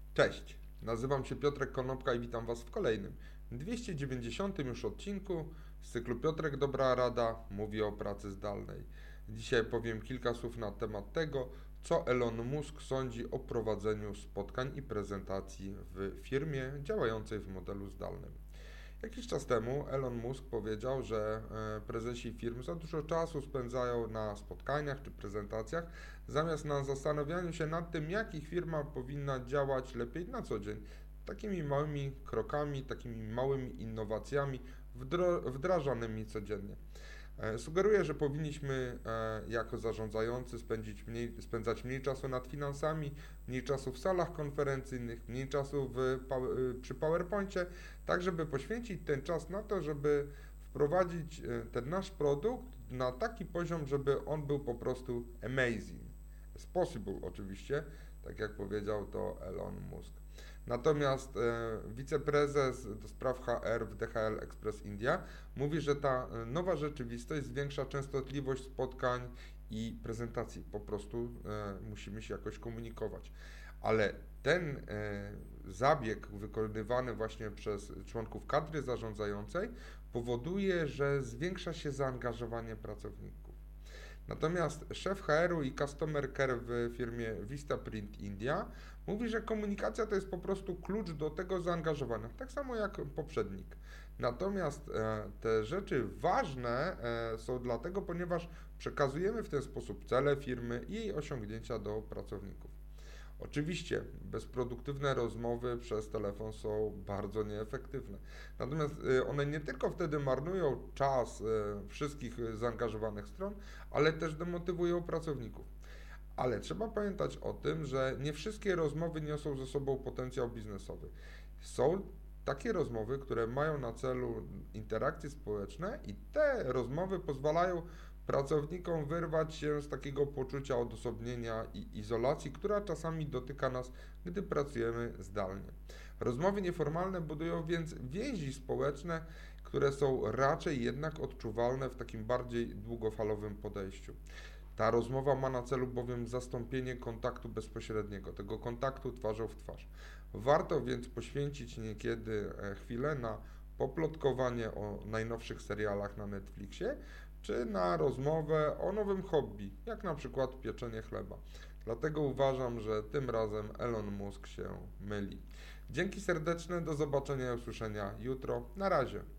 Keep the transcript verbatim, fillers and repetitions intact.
Cześć, nazywam się Piotrek Konopka i witam Was w kolejnym, dwieście dziewięćdziesiątym już odcinku z cyklu Piotrek Dobra Rada mówi o pracy zdalnej. Dzisiaj powiem kilka słów na temat tego, co Elon Musk sądzi o prowadzeniu spotkań i prezentacji w firmie działającej w modelu zdalnym. Jakiś czas temu Elon Musk powiedział, że e, prezesi firm za dużo czasu spędzają na spotkaniach czy prezentacjach, zamiast na zastanawianiu się nad tym, jak ich firma powinna działać lepiej na co dzień. Takimi małymi krokami, takimi małymi innowacjami wdro- wdrażanymi codziennie. E, Sugeruję, że powinniśmy e, jako zarządzający spędzić mniej, spędzać mniej czasu nad finansami, mniej czasu w salach konferencyjnych, mniej czasu w, pow- przy PowerPoincie, tak żeby poświęcić ten czas na to, żeby wprowadzić e, ten nasz produkt na taki poziom, żeby on był po prostu amazing. It's possible oczywiście, tak jak powiedział to Elon Musk. Natomiast e, wiceprezes do spraw H R w D H L Express India mówi, że ta e, nowa rzeczywistość zwiększa częstotliwość spotkań i prezentacji. Po prostu e, musimy się jakoś komunikować. Ale ten e, zabieg wykonywany właśnie przez członków kadry zarządzającej powoduje, że zwiększa się zaangażowanie pracowników. Natomiast szef H R u i Customer Care w firmie Vistaprint India mówi, że komunikacja to jest po prostu klucz do tego zaangażowania, tak samo jak poprzednik. Natomiast e, te rzeczy ważne e, są dlatego, ponieważ przekazujemy w ten sposób cele firmy i jej osiągnięcia do pracowników. Oczywiście bezproduktywne rozmowy przez telefon są bardzo nieefektywne. Natomiast y, one nie tylko wtedy marnują czas y, wszystkich zaangażowanych stron, ale też demotywują pracowników. Ale trzeba pamiętać o tym, że nie wszystkie rozmowy niosą ze sobą potencjał biznesowy. Są takie rozmowy, które mają na celu interakcje społeczne i te rozmowy pozwalają pracownikom wyrwać się z takiego poczucia odosobnienia i izolacji, która czasami dotyka nas, gdy pracujemy zdalnie. Rozmowy nieformalne budują więc więzi społeczne, które są raczej jednak odczuwalne w takim bardziej długofalowym podejściu. Ta rozmowa ma na celu bowiem zastąpienie kontaktu bezpośredniego, tego kontaktu twarzą w twarz. Warto więc poświęcić niekiedy chwilę na poplotkowanie o najnowszych serialach na Netflixie, czy na rozmowę o nowym hobby, jak na przykład pieczenie chleba. Dlatego uważam, że tym razem Elon Musk się myli. Dzięki serdeczne, do zobaczenia i usłyszenia jutro. Na razie.